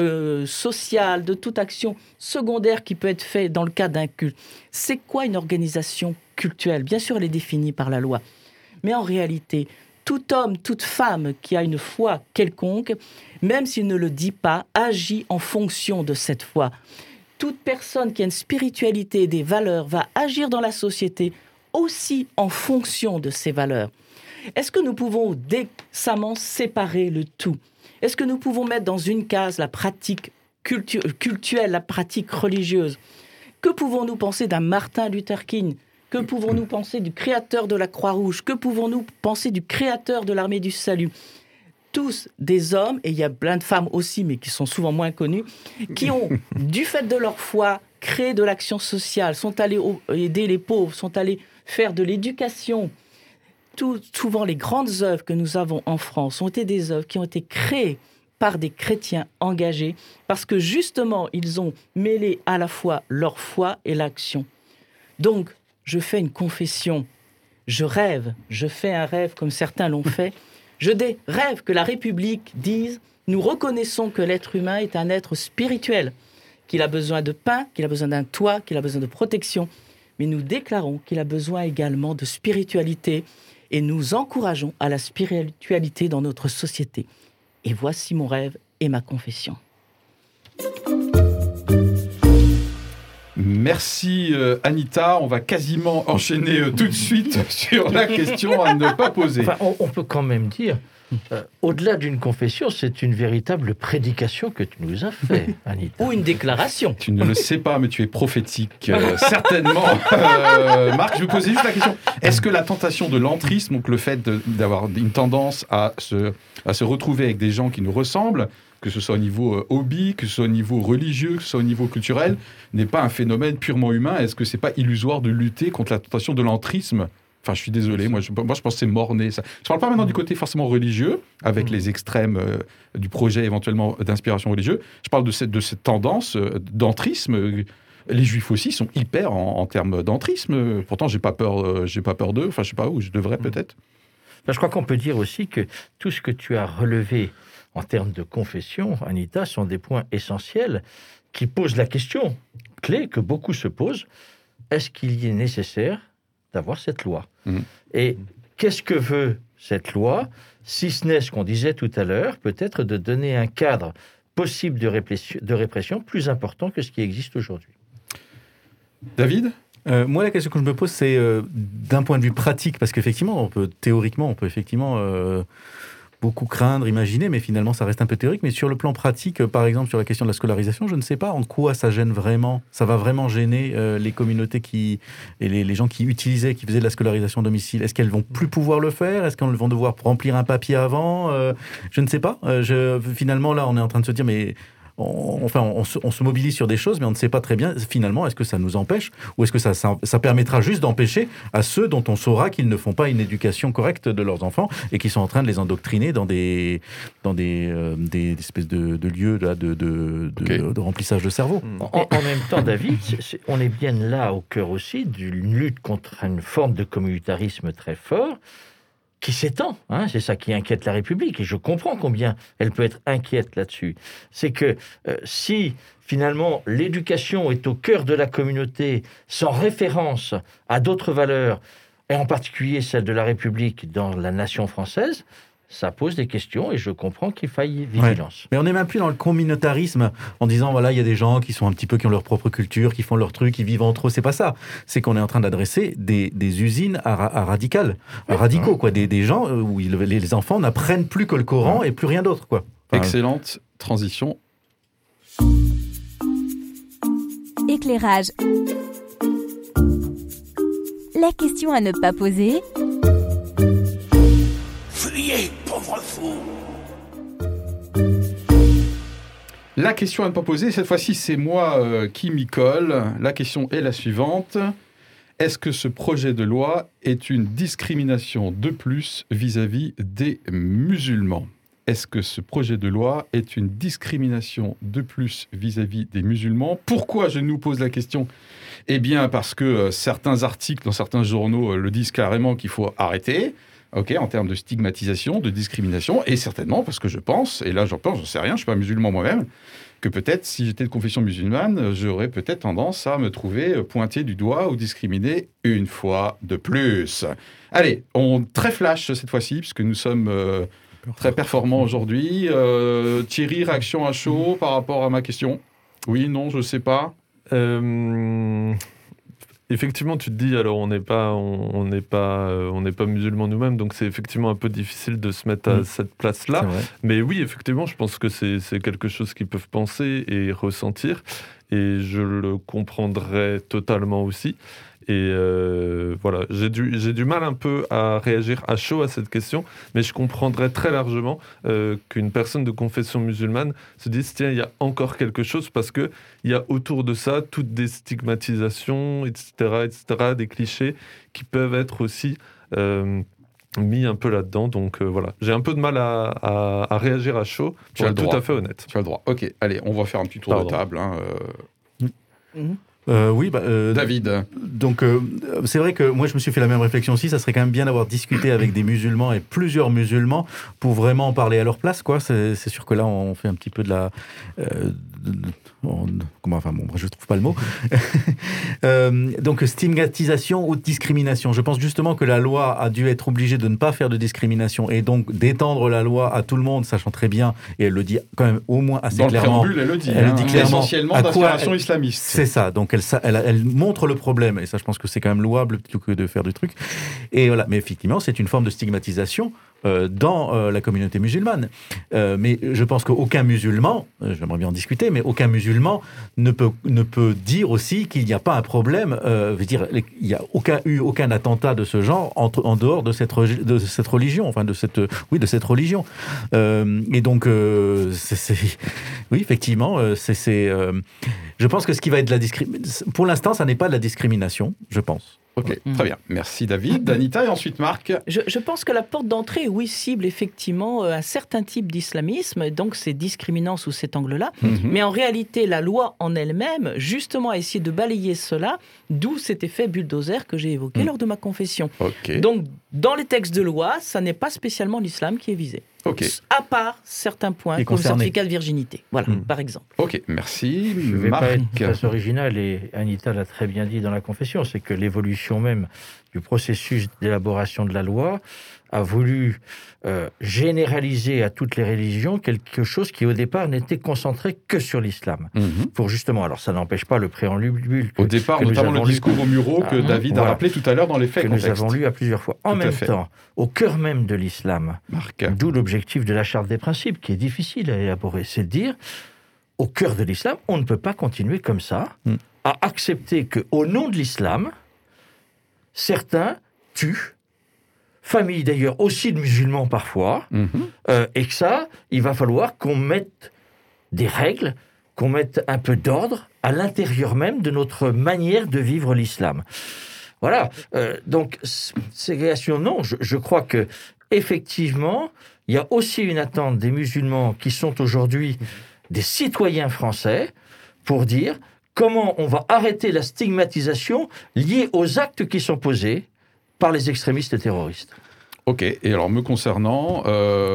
sociale, de toute action secondaire qui peut être faite dans le cadre d'un culte. C'est quoi une organisation cultuelle ? Bien sûr, elle est définie par la loi. Mais en réalité, tout homme, toute femme qui a une foi quelconque, même s'il ne le dit pas, agit en fonction de cette foi. Toute personne qui a une spiritualité et des valeurs va agir dans la société aussi en fonction de ces valeurs. Est-ce que nous pouvons décemment séparer le tout ? Est-ce que nous pouvons mettre dans une case la pratique cultuelle, la pratique religieuse ? Que pouvons-nous penser d'un Martin Luther King ? Que pouvons-nous penser du créateur de la Croix-Rouge ? Que pouvons-nous penser du créateur de l'Armée du Salut ? Tous des hommes, et il y a plein de femmes aussi, mais qui sont souvent moins connues, qui ont, du fait de leur foi, créé de l'action sociale, sont allés aider les pauvres, sont allés faire de l'éducation. Souvent, les grandes œuvres que nous avons en France ont été des œuvres qui ont été créées par des chrétiens engagés, parce que justement, ils ont mêlé à la fois leur foi et l'action. Donc, je fais une confession. Je fais un rêve comme certains l'ont fait. Je rêve que la République dise « Nous reconnaissons que l'être humain est un être spirituel, qu'il a besoin de pain, qu'il a besoin d'un toit, qu'il a besoin de protection. Mais nous déclarons qu'il a besoin également de spiritualité et nous encourageons à la spiritualité dans notre société. Et voici mon rêve et ma confession. » Merci Anita, on va quasiment enchaîner tout de suite sur la question à ne pas poser. Enfin, on peut quand même dire, au-delà d'une confession, c'est une véritable prédication que tu nous as fait, Anita. Ou une déclaration. Tu ne le sais pas, mais tu es prophétique, certainement. Marc, je vais poser juste la question. Est-ce que la tentation de l'entrisme, donc le fait d'avoir une tendance à se retrouver avec des gens qui nous ressemblent, que ce soit au niveau hobby, que ce soit au niveau religieux, que ce soit au niveau culturel, n'est pas un phénomène purement humain ? Est-ce que c'est pas illusoire de lutter contre la tentation de l'entrisme ? Enfin, je suis désolé, moi je pense que c'est mort-né. Ça. Je ne parle pas maintenant du côté forcément religieux, avec les extrêmes du projet éventuellement d'inspiration religieuse. Je parle de cette tendance d'entrisme. Les Juifs aussi sont hyper en termes d'entrisme. Pourtant, j'ai pas peur d'eux. Enfin, je sais pas où, je devrais peut-être. Je crois qu'on peut dire aussi que tout ce que tu as relevé en termes de confession, Anita, sont des points essentiels qui posent la question clé que beaucoup se posent. Est-ce qu'il y est nécessaire d'avoir cette loi ? Et qu'est-ce que veut cette loi, si ce n'est ce qu'on disait tout à l'heure, peut-être de donner un cadre possible de répression plus important que ce qui existe aujourd'hui. David ? Moi, la question que je me pose, c'est d'un point de vue pratique, parce qu'effectivement, théoriquement, on peut effectivement beaucoup craindre, imaginer, mais finalement, ça reste un peu théorique. Mais sur le plan pratique, par exemple, sur la question de la scolarisation, je ne sais pas en quoi ça gêne vraiment. Ça va vraiment gêner les communautés et les gens qui faisaient de la scolarisation à domicile. Est-ce qu'elles vont plus pouvoir le faire ? Est-ce qu'elles vont devoir remplir un papier avant ? Je ne sais pas. Finalement, là, on est en train de se dire, mais... On se mobilise sur des choses, mais on ne sait pas très bien, finalement, est-ce que ça nous empêche ou est-ce que ça permettra juste d'empêcher à ceux dont on saura qu'ils ne font pas une éducation correcte de leurs enfants et qui sont en train de les endoctriner dans des espèces de lieux là, de remplissage de cerveau. En même temps, David, on est bien là au cœur aussi d'une lutte contre une forme de communautarisme très fort qui s'étend, c'est ça qui inquiète la République, et je comprends combien elle peut être inquiète là-dessus. C'est que si, finalement, l'éducation est au cœur de la communauté, sans référence à d'autres valeurs, et en particulier celle de la République dans la nation française, ça pose des questions, et je comprends qu'il faille vigilance. Ouais. Mais on n'est même plus dans le communautarisme, en disant, voilà, il y a des gens qui ont leur propre culture, qui font leur truc, qui vivent entre eux. C'est pas ça. C'est qu'on est en train d'adresser des usines à radicaux, quoi. Des gens où les enfants n'apprennent plus que le Coran et plus rien d'autre, quoi. Excellente transition. Éclairage. La question à ne pas poser. Fuyez, pauvre fou! La question à ne pas poser, cette fois-ci, c'est moi qui m'y colle. La question est la suivante. Est-ce que ce projet de loi est une discrimination de plus vis-à-vis des musulmans ? Est-ce que ce projet de loi est une discrimination de plus vis-à-vis des musulmans ? Pourquoi je nous pose la question ? Eh bien, parce que certains articles dans certains journaux le disent carrément qu'il faut arrêter. En termes de stigmatisation, de discrimination, et certainement parce que je pense, et là j'en sais rien, je ne suis pas musulman moi-même, que peut-être si j'étais de confession musulmane, j'aurais peut-être tendance à me trouver pointé du doigt ou discriminé une fois de plus. Allez, très flash cette fois-ci, puisque nous sommes très performants aujourd'hui. Thierry, réaction à chaud par rapport à ma question ? Oui, non, je ne sais pas. Effectivement, tu te dis, alors on n'est pas musulmans nous-mêmes, donc c'est effectivement un peu difficile de se mettre à cette place-là. Mais oui, effectivement, je pense que c'est quelque chose qu'ils peuvent penser et ressentir, et je le comprendrais totalement aussi. Et voilà, j'ai du mal un peu à réagir à chaud à cette question, mais je comprendrais très largement qu'une personne de confession musulmane se dise, tiens, il y a encore quelque chose, parce qu'il y a autour de ça toutes des stigmatisations, etc., des clichés qui peuvent être aussi mis un peu là-dedans. Donc voilà, j'ai un peu de mal à réagir à chaud, pour être tout à fait honnête. Tu as le droit. Ok, allez, on va faire un petit tour de table. David. Donc, c'est vrai que moi, je me suis fait la même réflexion aussi. Ça serait quand même bien d'avoir discuté avec des musulmans et plusieurs musulmans pour vraiment en parler à leur place, quoi. C'est sûr que là, on fait un petit peu de la... je trouve pas le mot. Donc, stigmatisation ou discrimination. Je pense justement que la loi a dû être obligée de ne pas faire de discrimination et donc d'étendre la loi à tout le monde, sachant très bien, et elle le dit quand même au moins assez clairement. Dans le préambule, elle le dit. Elle dit clairement essentiellement d'inspiration islamiste. C'est ça. Donc, elle montre le problème, et ça, je pense que c'est quand même louable plutôt que de faire du truc. Et voilà. Mais effectivement, c'est une forme de stigmatisation dans la communauté musulmane. Mais je pense qu'aucun musulman, j'aimerais bien en discuter, mais aucun musulman ne peut dire aussi qu'il n'y a pas un problème. Il n'y a eu aucun attentat de ce genre en dehors de cette religion, enfin de cette religion. Et donc, oui, effectivement, je pense que ce qui va être de la discrimination, pour l'instant, ça n'est pas de la discrimination, je pense. Ok, très bien. Merci David. Anita et ensuite Marc. Je pense que la porte d'entrée, oui, cible effectivement un certain type d'islamisme, donc c'est discriminant sous cet angle-là. Mais en réalité, la loi en elle-même, justement, a essayé de balayer cela, d'où cet effet bulldozer que j'ai évoqué lors de ma confession. Okay. Donc, dans les textes de loi, ça n'est pas spécialement l'islam qui est visé. Okay. À part certains points, comme le certificat de virginité, voilà, par exemple. Ok, merci. Je ne vais pas être très original, et Anita l'a très bien dit dans la confession, c'est que l'évolution même du processus d'élaboration de la loi a voulu généraliser à toutes les religions quelque chose qui, au départ, n'était concentré que sur l'islam. Pour justement, alors ça n'empêche pas le préambule. Au départ, notamment le discours aux Mureaux que David a rappelé tout à l'heure dans les faits contexte. Nous avons lu à plusieurs fois. En même temps, au cœur même de l'islam, d'où l'objectif de la Charte des principes, qui est difficile à élaborer, c'est de dire, au cœur de l'islam, on ne peut pas continuer comme ça, à accepter qu'au nom de l'islam, certains tuent, familles d'ailleurs aussi de musulmans parfois, et que ça, il va falloir qu'on mette des règles, qu'on mette un peu d'ordre à l'intérieur même de notre manière de vivre l'islam. Voilà, donc ségrégation, non, je crois que effectivement, il y a aussi une attente des musulmans qui sont aujourd'hui des citoyens français pour dire comment on va arrêter la stigmatisation liée aux actes qui sont posés par les extrémistes terroristes. Ok, et alors me concernant,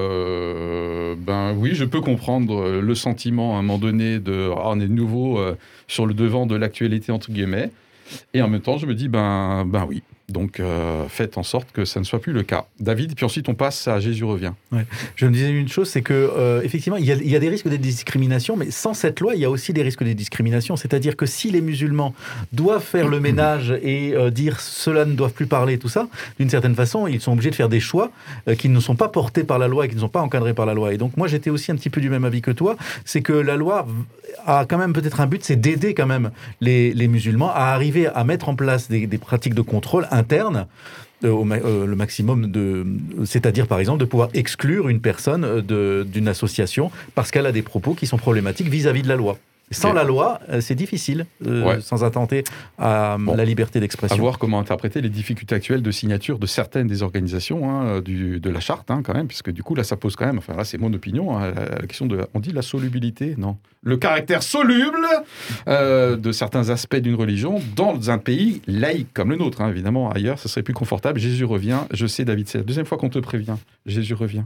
ben oui, je peux comprendre le sentiment à un moment donné de on est de nouveau sur le devant de l'actualité entre guillemets, et en même temps je me dis ben oui. Donc, faites en sorte que ça ne soit plus le cas. David, puis ensuite on passe à Jésus revient. Ouais. Je me disais une chose, c'est que effectivement, il y a des risques de discrimination, mais sans cette loi, il y a aussi des risques de discrimination. C'est-à-dire que si les musulmans doivent faire le ménage et dire cela ne doivent plus parler, tout ça, d'une certaine façon, ils sont obligés de faire des choix qui ne sont pas portés par la loi et qui ne sont pas encadrés par la loi. Et donc, moi, j'étais aussi un petit peu du même avis que toi, c'est que la loi a quand même peut-être un but, c'est d'aider quand même les musulmans à arriver à mettre en place des pratiques de contrôle interne, le maximum c'est-à-dire par exemple de pouvoir exclure une personne d'une association parce qu'elle a des propos qui sont problématiques vis-à-vis de la loi. Sans la loi, c'est difficile, sans attenter à la liberté d'expression. À voir comment interpréter les difficultés actuelles de signature de certaines des organisations de la charte, quand même, puisque du coup, là, ça pose quand même, enfin là, c'est mon opinion, la question de, on dit la solubilité, non, le caractère soluble de certains aspects d'une religion dans un pays laïque comme le nôtre, évidemment, ailleurs, ça serait plus confortable. Jésus revient, je sais, David, c'est la deuxième fois qu'on te prévient, Jésus revient.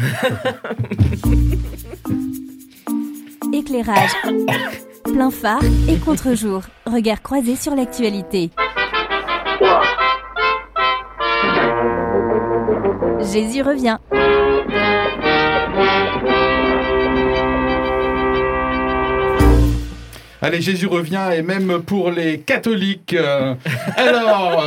Éclairage, plein phare et contre-jour. Regard croisé sur l'actualité. Jésus revient. Allez, Jésus revient, et même pour les catholiques. Alors...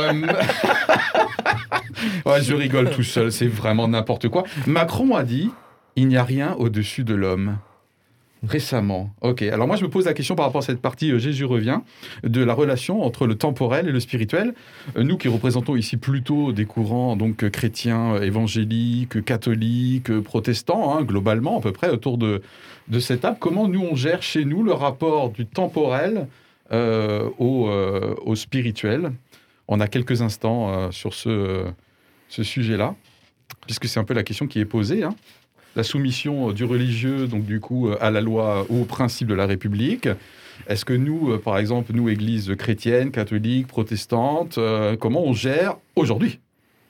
ouais, je rigole tout seul, c'est vraiment n'importe quoi. Macron a dit, il n'y a rien au-dessus de l'homme. Récemment. Ok, alors moi je me pose la question par rapport à cette partie Jésus revient, de la relation entre le temporel et le spirituel. Nous qui représentons ici plutôt des courants donc chrétiens, évangéliques, catholiques, protestants, globalement à peu près autour de cette table, comment nous on gère chez nous le rapport du temporel au spirituel? On a quelques instants sur ce sujet-là, puisque c'est un peu la question qui est posée, La soumission du religieux, donc du coup, à la loi ou aux principes de la République. Est-ce que nous, par exemple, nous, églises chrétiennes, catholiques, protestantes, comment on gère aujourd'hui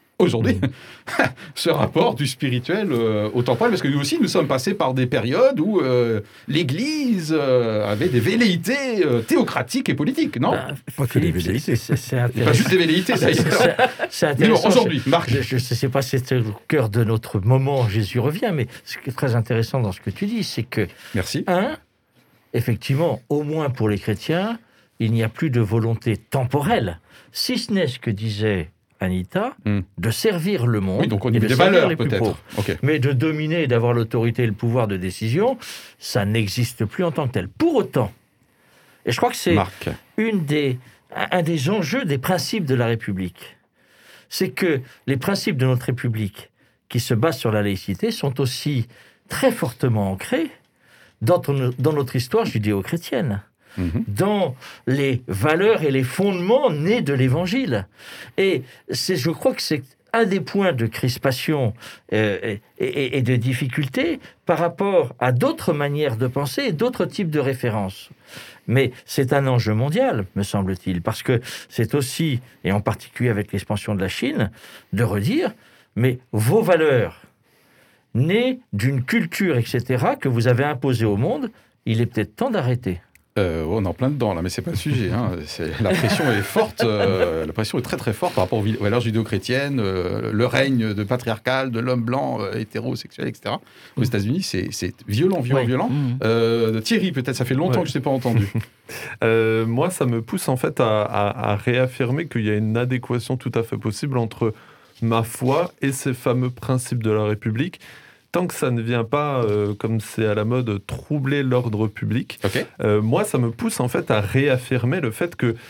ce rapport du spirituel au temporel? Parce que nous aussi, nous sommes passés par des périodes où l'Église avait des velléités théocratiques et politiques, non? Philippe, c'est intéressant. Pas juste des velléités, d'ailleurs. C'est intéressant. Mais aujourd'hui, Marc. Je ne sais pas si c'est le cœur de notre moment, Jésus revient, mais ce qui est très intéressant dans ce que tu dis, c'est que... Merci. Effectivement, au moins pour les chrétiens, il n'y a plus de volonté temporelle, si ce n'est ce que disait Anita, de servir le monde, oui, donc on et de des servir valeurs, les plus pauvres. Okay. Mais de dominer et d'avoir l'autorité et le pouvoir de décision, ça n'existe plus en tant que tel. Pour autant, et je crois que c'est un des enjeux des principes de la République, c'est que les principes de notre République, qui se basent sur la laïcité, sont aussi très fortement ancrés dans notre histoire judéo-chrétienne, dans les valeurs et les fondements nés de l'Évangile. Et je crois que c'est un des points de crispation et de difficulté par rapport à d'autres manières de penser et d'autres types de références. Mais c'est un enjeu mondial, me semble-t-il, parce que c'est aussi, et en particulier avec l'expansion de la Chine, de redire, mais vos valeurs, nées d'une culture, etc., que vous avez imposée au monde, il est peut-être temps d'arrêter. On est en plein dedans là, mais c'est pas le sujet. Hein. La pression elle est forte, la pression est très très forte par rapport aux valeurs judéo-chrétiennes, le règne de patriarcal de l'homme blanc, hétérosexuel, etc. Aux États-Unis, c'est violent. Thierry, peut-être, ça fait longtemps que je t'ai pas entendu. Moi, ça me pousse en fait à réaffirmer qu'il y a une adéquation tout à fait possible entre ma foi et ces fameux principes de la République. Tant que ça ne vient pas, comme c'est à la mode, troubler l'ordre public, moi, ça me pousse en fait à réaffirmer le fait que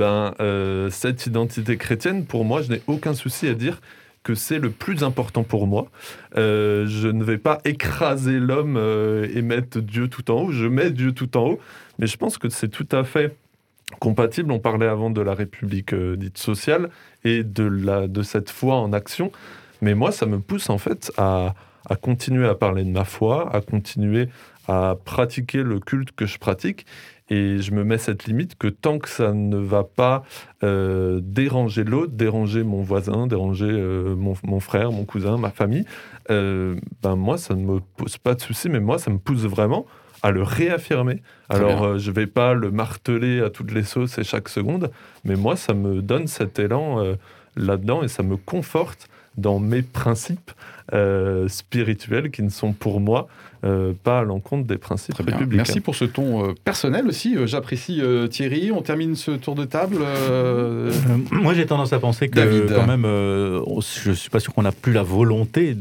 cette identité chrétienne, pour moi, je n'ai aucun souci à dire que c'est le plus important pour moi. Je ne vais pas écraser l'homme et mettre Dieu tout en haut. Je mets Dieu tout en haut, mais je pense que c'est tout à fait compatible. On parlait avant de la République dite sociale et de cette foi en action. Mais moi, ça me pousse en fait à continuer à parler de ma foi, à continuer à pratiquer le culte que je pratique. Et je me mets cette limite que tant que ça ne va pas déranger l'autre, déranger mon voisin, déranger mon frère, mon cousin, ma famille, moi, ça ne me pose pas de souci, mais moi, ça me pousse vraiment à le réaffirmer. Alors, je ne vais pas le marteler à toutes les sauces et chaque seconde, mais moi, ça me donne cet élan là-dedans et ça me conforte dans mes principes spirituels qui ne sont pour moi pas à l'encontre des principes républicains. Merci pour ce ton personnel aussi. J'apprécie Thierry. On termine ce tour de table. Moi, j'ai tendance à penser que David, quand même, je ne suis pas sûr qu'on n'a plus la volonté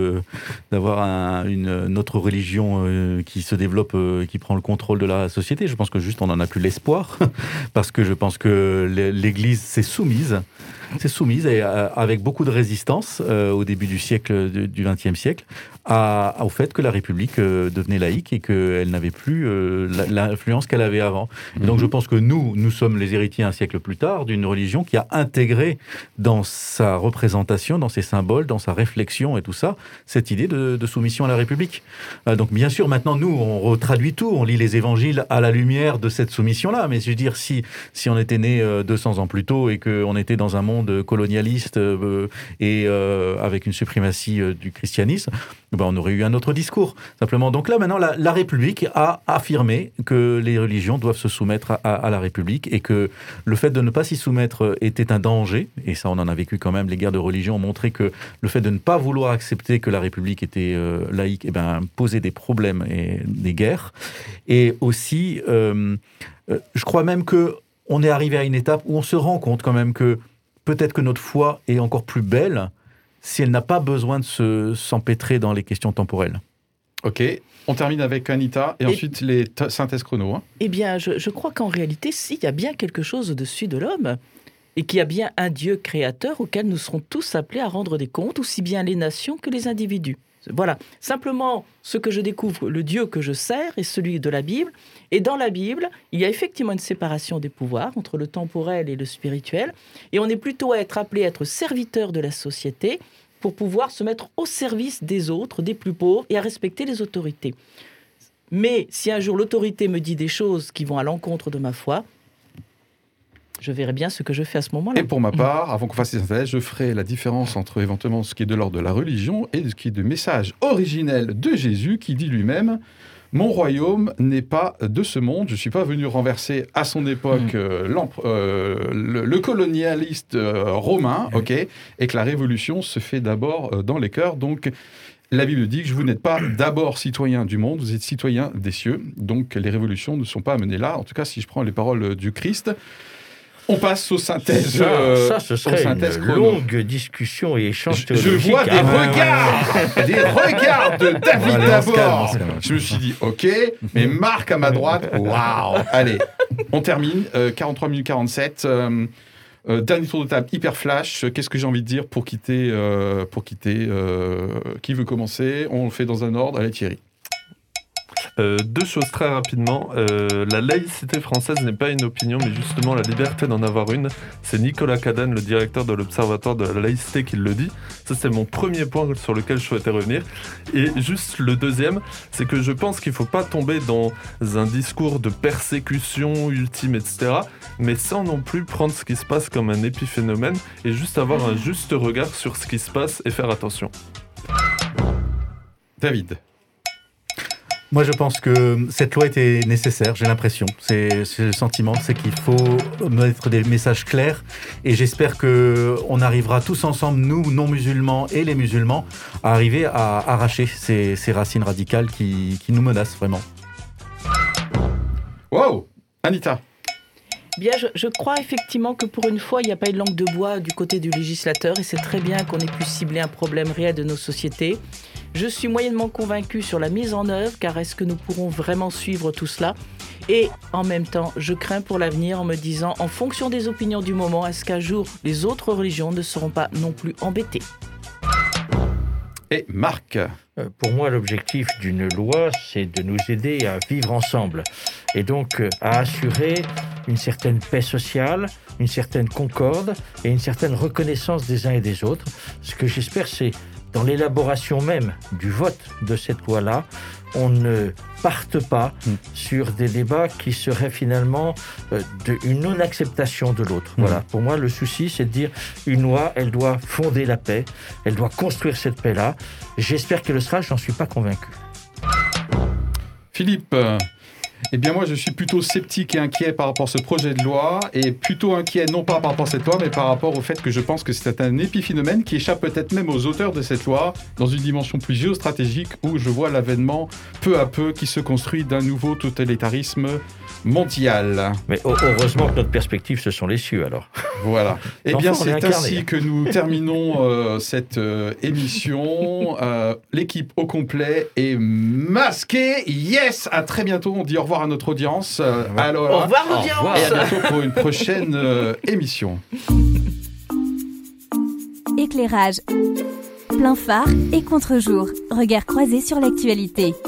d'avoir une autre religion qui se développe, qui prend le contrôle de la société. Je pense que juste on n'en a plus l'espoir parce que je pense que l'Église s'est soumise. Et avec beaucoup de résistance au début du XXe siècle au fait que la République devenait laïque et qu'elle n'avait plus l'influence qu'elle avait avant. Et donc je pense que nous sommes les héritiers un siècle plus tard d'une religion qui a intégré dans sa représentation, dans ses symboles, dans sa réflexion et tout ça, cette idée de soumission à la République. Donc bien sûr, maintenant nous, on retraduit tout, on lit les évangiles à la lumière de cette soumission-là, mais je veux dire, si on était né 200 ans plus tôt et qu'on était dans un monde colonialiste et avec une suprématie du christianisme, on aurait eu un autre discours. Simplement, donc là, maintenant, la République a affirmé que les religions doivent se soumettre à la République et que le fait de ne pas s'y soumettre était un danger. Et ça, on en a vécu quand même. Les guerres de religion ont montré que le fait de ne pas vouloir accepter que la République était laïque, posait des problèmes et des guerres. Et aussi, je crois même qu'on est arrivé à une étape où on se rend compte quand même que peut-être que notre foi est encore plus belle si elle n'a pas besoin de s'empêtrer dans les questions temporelles. Ok, on termine avec Anita et ensuite les synthèses chrono. Hein. Eh bien, je crois qu'en réalité, s'il y a bien quelque chose au-dessus de l'homme et qu'il y a bien un Dieu créateur auquel nous serons tous appelés à rendre des comptes, aussi bien les nations que les individus. Voilà, simplement ce que je découvre, le Dieu que je sers est celui de la Bible. Et dans la Bible, il y a effectivement une séparation des pouvoirs entre le temporel et le spirituel. Et on est plutôt à être appelé à être serviteur de la société pour pouvoir se mettre au service des autres, des plus pauvres, et à respecter les autorités. Mais si un jour l'autorité me dit des choses qui vont à l'encontre de ma foi, je verrai bien ce que je fais à ce moment-là. Et pour ma part, avant qu'on fasse ces synthèses, je ferai la différence entre éventuellement ce qui est de l'ordre de la religion et ce qui est du message originel de Jésus qui dit lui-même « Mon royaume n'est pas de ce monde, je ne suis pas venu renverser à son époque le colonialiste romain, et que la révolution se fait d'abord dans les cœurs. » Donc, la Bible dit que vous n'êtes pas d'abord citoyen du monde, vous êtes citoyen des cieux. Donc, les révolutions ne sont pas amenées là. En tout cas, si je prends les paroles du Christ. On passe aux synthèses. Ce serait une longue discussion et échange théologique. Je vois des regards de David d'abord. Je me suis dit, ok, mais Marc à ma droite, waouh. Allez, on termine. 43 minutes 47. Dernier tour de table, hyper flash. Qu'est-ce que j'ai envie de dire pour quitter qui veut commencer? On le fait dans un ordre. Allez, Thierry. Deux choses très rapidement. La laïcité française n'est pas une opinion, mais justement la liberté d'en avoir une. C'est Nicolas Cadenne, le directeur de l'Observatoire de la laïcité, qui le dit. Ça, c'est mon premier point sur lequel je souhaitais revenir. Et juste le deuxième, c'est que je pense qu'il ne faut pas tomber dans un discours de persécution ultime, etc., mais sans non plus prendre ce qui se passe comme un épiphénomène et juste avoir un juste regard sur ce qui se passe et faire attention. David. Moi, je pense que cette loi était nécessaire, j'ai l'impression. C'est le sentiment, c'est qu'il faut mettre des messages clairs. Et j'espère qu'on arrivera tous ensemble, nous, non-musulmans et les musulmans, à arriver à arracher ces racines radicales qui nous menacent vraiment. Wow, Anita. Bien, je crois effectivement que pour une fois, il n'y a pas eu de langue de bois du côté du législateur et c'est très bien qu'on ait pu cibler un problème réel de nos sociétés. Je suis moyennement convaincu sur la mise en œuvre, car est-ce que nous pourrons vraiment suivre tout cela ? Et en même temps, je crains pour l'avenir en me disant, en fonction des opinions du moment, est-ce qu'un jour les autres religions ne seront pas non plus embêtées ? Et Marc. Pour moi, l'objectif d'une loi, c'est de nous aider à vivre ensemble et donc à assurer une certaine paix sociale, une certaine concorde et une certaine reconnaissance des uns et des autres. Ce que j'espère, c'est dans l'élaboration même du vote de cette loi-là, on ne parte pas sur des débats qui seraient finalement une non-acceptation de l'autre. Voilà. Pour moi, le souci, c'est de dire une loi, elle doit fonder la paix, elle doit construire cette paix-là. J'espère qu'elle le sera, je n'en suis pas convaincu. Philippe, eh bien moi je suis plutôt sceptique et inquiet par rapport à ce projet de loi, et plutôt inquiet non pas par rapport à cette loi, mais par rapport au fait que je pense que c'est un épiphénomène qui échappe peut-être même aux auteurs de cette loi, dans une dimension plus géostratégique où je vois l'avènement peu à peu qui se construit d'un nouveau totalitarisme mondial. Mais heureusement que notre perspective, ce sont les cieux alors. Voilà. Eh bien enfin, c'est ainsi que nous terminons cette émission. L'équipe au complet est masquée. Yes, à très bientôt. On dit au revoir à notre audience. Alors, au revoir l'audience. Et à bientôt pour une prochaine émission. Éclairage, plein phare et contre-jour. Regard croisé sur l'actualité.